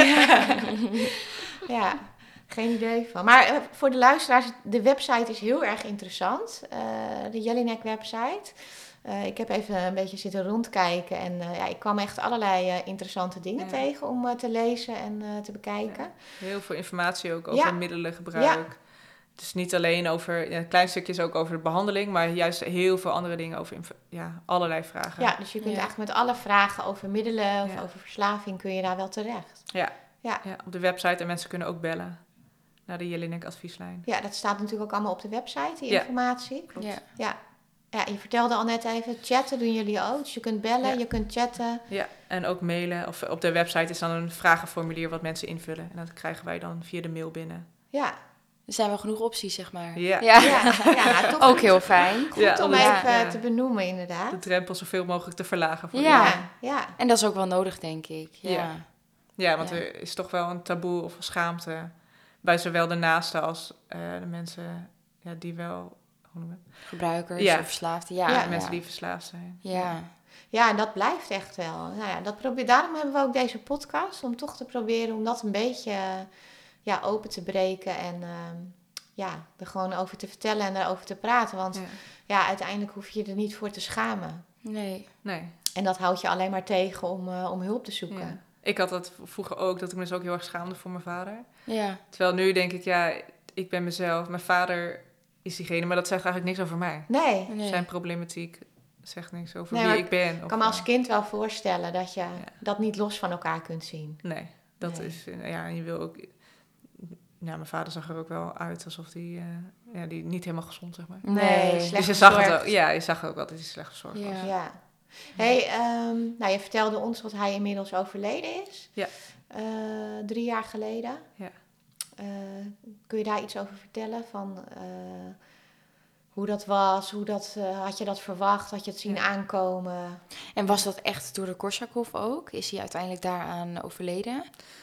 ja, geen idee van. Maar voor de luisteraars, de website is heel erg interessant. De Jelinek website. Ik heb even een beetje zitten rondkijken. En ik kwam echt allerlei interessante dingen tegen om te lezen en te bekijken. Ja. Heel veel informatie ook over Ja. middelengebruik. Dus niet alleen over, een klein stukje is ook over de behandeling, maar juist heel veel andere dingen over allerlei vragen. Ja, dus je kunt Ja. eigenlijk met alle vragen over middelen of Ja. over verslaving kun je daar wel terecht. Ja. Ja. Ja, op de website en mensen kunnen ook bellen naar de Jelinek advieslijn. Ja, dat staat natuurlijk ook allemaal op de website, die Ja. informatie. Klopt. Ja. Ja. Ja, je vertelde al net even, chatten doen jullie ook. Dus je kunt bellen, Ja. je kunt chatten. Ja, en ook mailen. Of op de website is dan een vragenformulier wat mensen invullen. En dat krijgen wij dan via de mail binnen. Ja, Er zijn wel genoeg opties, zeg maar. Ja. ja toch Ook heel fijn. goed Ja, om dus- even ja. te benoemen inderdaad. De drempel zoveel mogelijk te verlagen voor Ja. iedereen. Ja. En dat is ook wel nodig, denk ik. Ja. Ja. Ja, want Ja. er is toch wel een taboe of schaamte bij zowel de naasten als de mensen die wel... Hoe noemen we het? Gebruikers Ja. of verslaafden. Ja. Ja, Mensen die verslaafd zijn. Ja. Ja, en dat blijft echt wel. Nou ja, daarom hebben we ook deze podcast. Om toch te proberen om dat een beetje open te breken. En er gewoon over te vertellen en daarover te praten. Want Ja. uiteindelijk hoef je er niet voor te schamen. Nee. Nee. En dat houdt je alleen maar tegen om hulp te Ja. zoeken. Ik had dat vroeger ook, dat ik me dus ook heel erg schaamde voor mijn vader. Ja. Terwijl nu denk ik, ik ben mezelf. Mijn vader is diegene, maar dat zegt eigenlijk niks over mij. Nee. Nee. Zijn problematiek zegt niks over Nee, wie maar ik ben. Ik kan me als kind wel voorstellen dat je Ja. dat niet los van elkaar kunt zien. Nee, dat Nee. is... en je wil ook... Ja, mijn vader zag er ook wel uit alsof die niet helemaal gezond, zeg maar. Nee, Nee. slecht Dus je zag het verzorgd. ook. Ja, je zag ook wel dat hij slecht verzorgd was. Ja. Ja. Hey, je vertelde ons dat hij inmiddels overleden is. Ja. 3 jaar geleden. Ja. Kun je daar iets over vertellen? Van hoe dat was? Had je dat verwacht? Had je het zien Ja. aankomen? En was dat echt door de Korsakoff ook? Is hij uiteindelijk daaraan overleden?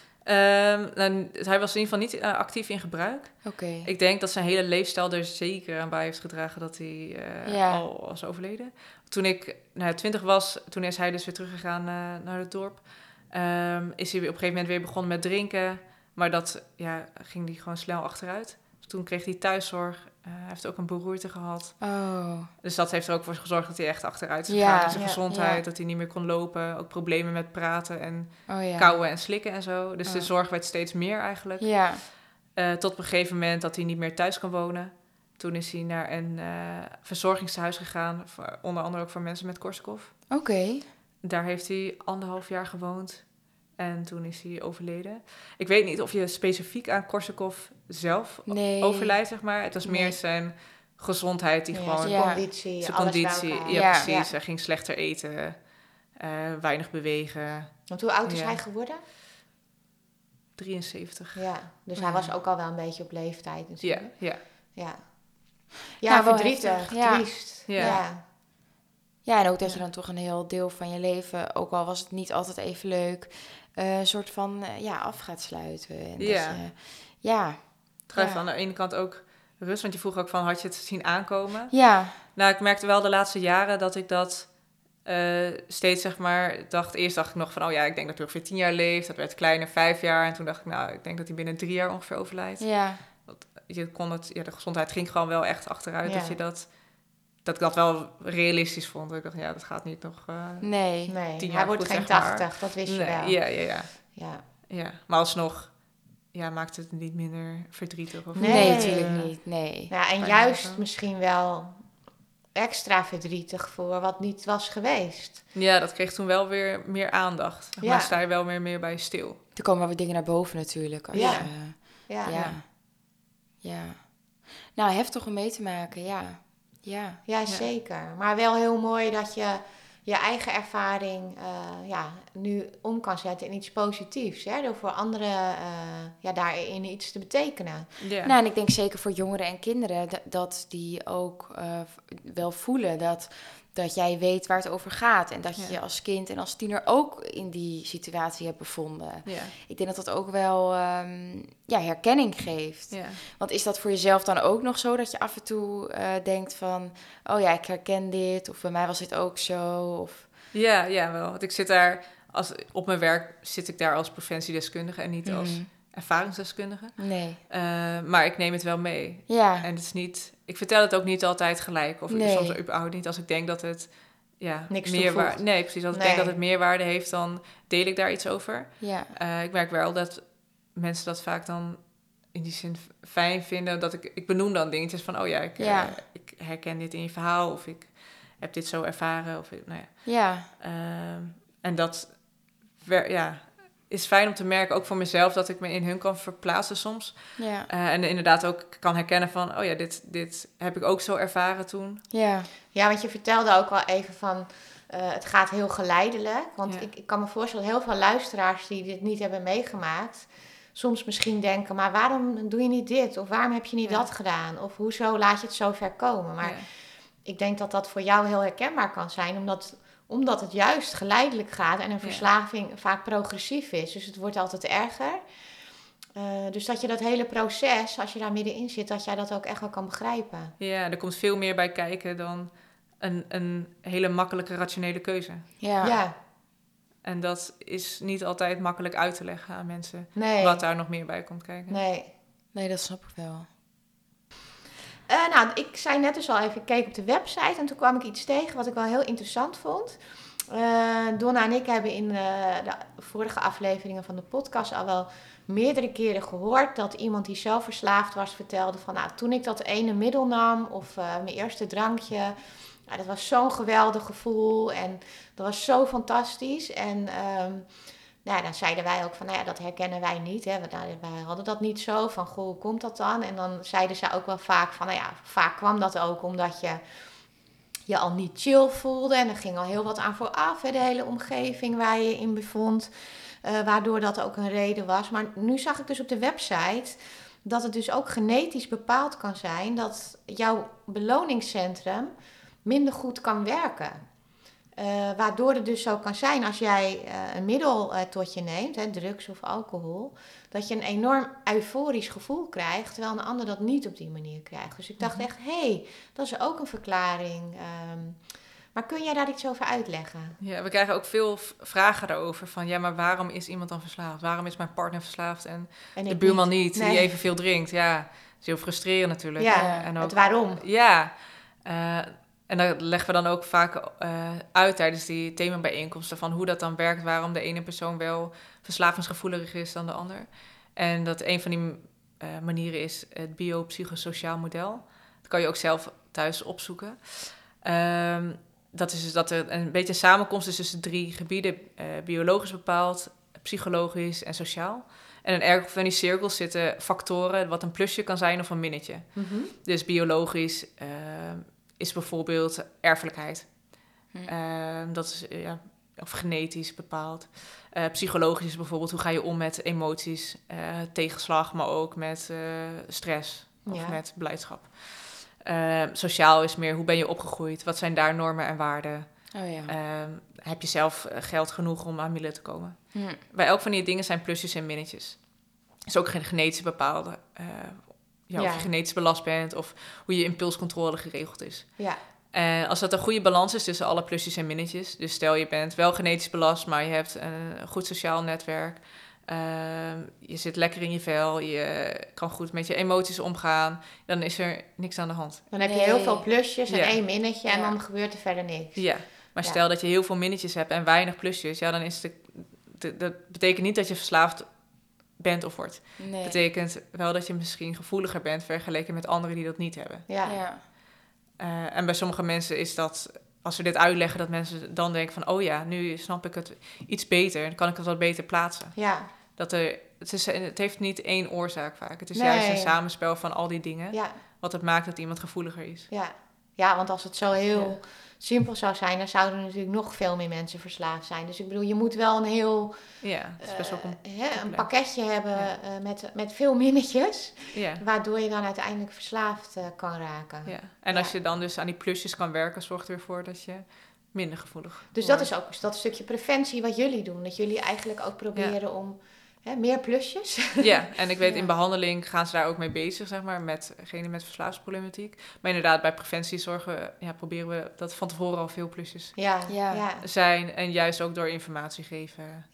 Hij was in ieder geval niet actief in gebruik. Oké. Ik denk dat zijn hele leefstijl er zeker aan bij heeft gedragen dat hij al was overleden. Toen ik 20 was, toen is hij dus weer teruggegaan naar het dorp. Is hij op een gegeven moment weer begonnen met drinken. Maar dat ging hij gewoon snel achteruit. Dus toen kreeg hij thuiszorg. Hij heeft ook een beroerte gehad. Oh. Dus dat heeft er ook voor gezorgd dat hij echt achteruit is Ja, gegaan in zijn ja, gezondheid. ja. Dat hij niet meer kon lopen. Ook problemen met praten en Oh ja. kauwen en slikken en zo. Dus de Oh. zorg werd steeds meer eigenlijk. Ja. Tot op een gegeven moment dat hij niet meer thuis kon wonen. Toen is hij naar een verzorgingstehuis gegaan. Onder andere ook voor mensen met Korsakoff. Oké. Daar heeft hij 1,5 jaar gewoond. En toen is hij overleden. Ik weet niet of je specifiek aan Korsakoff zelf Nee. overlijdt, zeg maar. Het was meer Nee. zijn gezondheid die gewoon... Zijn Ja. conditie, Zijn alles bij conditie, elkaar. ja, Ja. precies. Hij ging slechter eten, weinig bewegen. Want hoe oud is Ja. hij geworden? 73. Ja, dus hij was ook al wel een beetje op leeftijd natuurlijk. Ja. Ja, Ja, wel verdrietig, heftig, ja. triest. Ja. Ja. Ja, en ook dat Ja. je dan toch een heel deel van je leven, ook al was het niet altijd even leuk, een soort van af gaat sluiten. En dat Ja. je, ja, Het geeft aan de ene kant ook rust, want je vroeg ook van, had je het zien aankomen? ja, Nou, ik merkte wel de laatste jaren dat ik dat steeds, zeg maar, eerst dacht ik nog van, ik denk dat hij ongeveer 10 jaar leeft. Dat werd kleiner, 5 jaar. En toen dacht ik, ik denk dat hij binnen 3 jaar ongeveer overlijdt. ja, De gezondheid ging gewoon wel echt achteruit. Ja. Dat ik dat wel realistisch vond. Ik dacht, dat gaat niet nog nee. 10 jaar hij wordt goed, geen zeg maar. 80, dat wist je Nee, wel. ja. Ja. Maar alsnog maakt het niet minder verdrietig. Of Nee. Nee, natuurlijk niet, nee. Ja, en Fijn juist leven. misschien wel extra verdrietig voor wat niet was geweest. Ja, dat kreeg toen wel weer meer aandacht. Zeg Ja. maar sta je wel weer meer bij stil. Er komen wel weer dingen naar boven natuurlijk. Als Ja. je, Ja. ja. Nou, heftig om mee te maken, ja. Ja, Ja, zeker. Maar wel heel mooi dat je je eigen ervaring nu om kan zetten in iets positiefs. Hè? Door voor anderen daarin iets te betekenen. Ja. Nou, en ik denk zeker voor jongeren en kinderen dat die ook wel voelen dat jij weet waar het over gaat. En dat je je als kind en als tiener ook in die situatie hebt bevonden. Ja. Ik denk dat dat ook wel herkenning geeft. Ja. Want is dat voor jezelf dan ook nog zo dat je af en toe denkt van, oh ja, ik herken dit, of bij mij was dit ook zo, of... Ja, wel. Want ik zit daar, op mijn werk zit ik daar als preventiedeskundige en niet als ervaringsdeskundige. Nee. Maar ik neem het wel mee. Ja. En het is niet, ik vertel het ook niet altijd gelijk. Of Nee. soms überhaupt niet. Als ik denk dat het Niks meerwaarde... toevoegt. Nee, precies. Als ik denk dat het meerwaarde heeft, dan deel ik daar iets over. Ja. Ik merk wel dat mensen dat vaak dan in die zin fijn vinden. Dat ik benoem dan dingetjes van, ik herken dit in je verhaal. Of ik heb dit zo ervaren. Of, Ja. en dat is fijn om te merken, ook voor mezelf, dat ik me in hun kan verplaatsen soms. Ja. En inderdaad ook kan herkennen van, dit heb ik ook zo ervaren toen. Ja. Ja, want je vertelde ook al even van, het gaat heel geleidelijk. Want Ja. ik kan me voorstellen dat heel veel luisteraars die dit niet hebben meegemaakt, soms misschien denken, maar waarom doe je niet dit? Of waarom heb je niet dat gedaan? Of hoezo laat je het zo ver komen? Maar ik denk dat dat voor jou heel herkenbaar kan zijn, omdat het juist geleidelijk gaat en een verslaving vaak progressief is. Dus het wordt altijd erger. Dus dat je dat hele proces, als je daar middenin zit, dat jij dat ook echt wel kan begrijpen. Ja, er komt veel meer bij kijken dan een hele makkelijke rationele keuze. Ja. Ja, En dat is niet altijd makkelijk uit te leggen aan mensen. nee. Wat daar nog meer bij komt kijken. Nee. Dat snap ik wel. Ik zei net dus al even, ik keek op de website en toen kwam ik iets tegen wat ik wel heel interessant vond. Donna en ik hebben in de vorige afleveringen van de podcast al wel meerdere keren gehoord dat iemand die zelf verslaafd was vertelde van, toen ik dat ene middel nam of mijn eerste drankje, dat was zo'n geweldig gevoel en dat was zo fantastisch. En dan zeiden wij ook van, dat herkennen wij niet. Hè. Wij hadden dat niet zo van, goh, hoe komt dat dan? En dan zeiden ze ook wel vaak van, vaak kwam dat ook omdat je al niet chill voelde. En er ging al heel wat aan vooraf, hè, de hele omgeving waar je in bevond. Waardoor dat ook een reden was. Maar nu zag ik dus op de website dat het dus ook genetisch bepaald kan zijn dat jouw beloningscentrum minder goed kan werken. Waardoor het dus zo kan zijn als jij een middel tot je neemt, hè, drugs of alcohol, dat je een enorm euforisch gevoel krijgt, terwijl een ander dat niet op die manier krijgt. Dus ik dacht echt, dat is ook een verklaring. Maar kun jij daar iets over uitleggen? Ja, we krijgen ook veel vragen daarover van, maar waarom is iemand dan verslaafd? Waarom is mijn partner verslaafd en de buurman niet, die evenveel drinkt? Ja, dat is heel frustrerend natuurlijk. Ja, en ook, het waarom. Ja, en dat leggen we dan ook vaak uit tijdens die themabijeenkomsten van hoe dat dan werkt, waarom de ene persoon wel verslavingsgevoeliger is dan de ander. En dat een van die manieren is het biopsychosociaal model. Dat kan je ook zelf thuis opzoeken. Dat is dus dat er een beetje een samenkomst is tussen 3 gebieden, biologisch bepaald, psychologisch en sociaal. En in elk van die cirkels zitten factoren, wat een plusje kan zijn of een minnetje. Mm-hmm. Dus biologisch is bijvoorbeeld erfelijkheid. Dat is of genetisch bepaald. Psychologisch bijvoorbeeld, hoe ga je om met emoties, tegenslag, maar ook met stress of met blijdschap. Sociaal is meer, hoe ben je opgegroeid? Wat zijn daar normen en waarden? Oh ja. Heb je zelf geld genoeg om aan middelen te komen? Bij elk van die dingen zijn plusjes en minnetjes. Het is ook geen genetisch bepaalde. Of je genetisch belast bent of hoe je impulscontrole geregeld is. Ja. Als dat een goede balans is tussen alle plusjes en minnetjes. Dus stel je bent wel genetisch belast, maar je hebt een goed sociaal netwerk. Je zit lekker in je vel, je kan goed met je emoties omgaan. Dan is er niks aan de hand. Dan heb je heel veel plusjes en 1 minnetje en dan gebeurt er verder niks. Ja, maar stel dat je heel veel minnetjes hebt en weinig plusjes. Ja, dan is dat betekent niet dat je verslaafd bent of wordt. Nee. Dat betekent wel dat je misschien gevoeliger bent vergeleken met anderen die dat niet hebben. Ja. En bij sommige mensen is dat, als we dit uitleggen, dat mensen dan denken van, oh ja, nu snap ik het iets beter. Dan kan ik het wat beter plaatsen. Ja. Het heeft niet één oorzaak vaak. Het is juist een samenspel van al die dingen. Ja. Wat het maakt dat iemand gevoeliger is. Ja, want als het zo heel simpel zou zijn, dan zouden er natuurlijk nog veel meer mensen verslaafd zijn. Dus ik bedoel, je moet wel een heel het is best wel een pakketje hebben met veel minnetjes, Ja. waardoor je dan uiteindelijk verslaafd kan raken. Ja. En als je dan dus aan die plusjes kan werken, zorgt er ervoor dat je minder gevoelig Dus wordt. dat is ook dat stukje preventie wat jullie doen. Dat jullie eigenlijk ook proberen om meer plusjes. Ja, en ik weet in behandeling gaan ze daar ook mee bezig, zeg maar, met verslavingsproblematiek. Maar inderdaad, bij preventiezorgen proberen we dat van tevoren al veel plusjes zijn. En juist ook door informatie geven,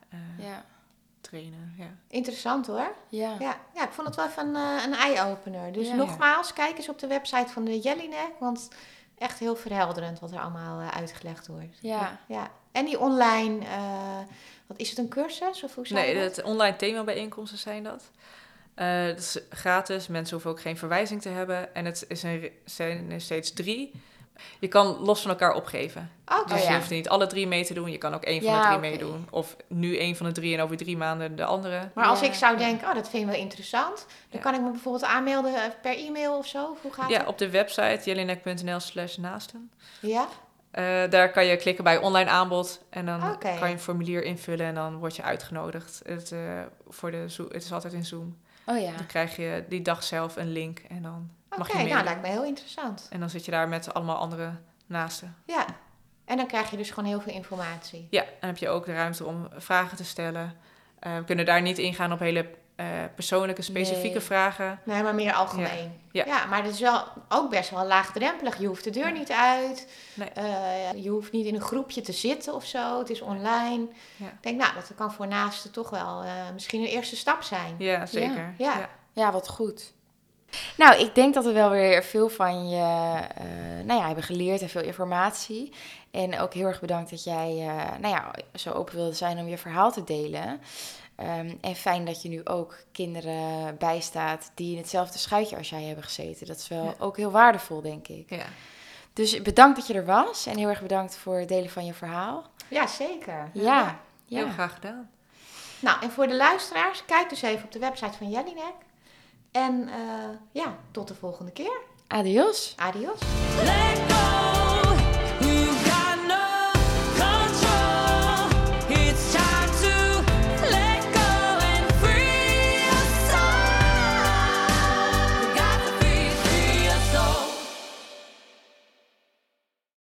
trainen. Ja. Interessant hoor. Ja. Ja, ik vond het wel even een eye-opener. Dus nogmaals, kijk eens op de website van de Jelinek, want echt heel verhelderend wat er allemaal uitgelegd wordt. Ja. En die online, wat is het, een cursus? Of hoe zei je dat? Het online themabijeenkomsten zijn dat. Het is gratis, mensen hoeven ook geen verwijzing te hebben. En het zijn er steeds 3. Je kan los van elkaar opgeven. Dus je hoeft er niet alle 3 mee te doen. Je kan ook 1 van de 3 meedoen. Of nu 1 van de 3 en over 3 maanden de andere. Maar als ik zou denken, dat vind ik wel interessant. Dan kan ik me bijvoorbeeld aanmelden per e-mail of zo. Of hoe gaat het? Op de website jelinek.nl/naasten. Ja? Daar kan je klikken bij online aanbod. En dan kan je een formulier invullen en dan word je uitgenodigd. Het is altijd in Zoom. Oh ja. Dan krijg je die dag zelf een link en dan mag je Oké, mee. nou lijkt me heel interessant. En dan zit je daar met allemaal andere naasten. Ja, en dan krijg je dus gewoon heel veel informatie. Ja, en heb je ook de ruimte om vragen te stellen. We kunnen daar niet ingaan op hele persoonlijke, specifieke vragen. Nee, maar meer algemeen. Ja, maar dat is wel ook best wel laagdrempelig. Je hoeft de deur niet uit. Nee. Je hoeft niet in een groepje te zitten of zo. Het is online. Ja. Ik denk, dat kan voor naasten toch wel misschien een eerste stap zijn. Ja, zeker. Ja, wat goed. Nou, ik denk dat we wel weer veel van je hebben geleerd en veel informatie. En ook heel erg bedankt dat jij zo open wilde zijn om je verhaal te delen. En fijn dat je nu ook kinderen bijstaat die in hetzelfde schuitje als jij hebben gezeten. Dat is wel ook heel waardevol, denk ik. Ja. Dus bedankt dat je er was en heel erg bedankt voor het delen van je verhaal. Ja, zeker. Ja. Heel graag gedaan. Nou, en voor de luisteraars, kijk dus even op de website van Jelinek. En tot de volgende keer. Adios. Adios. Let go.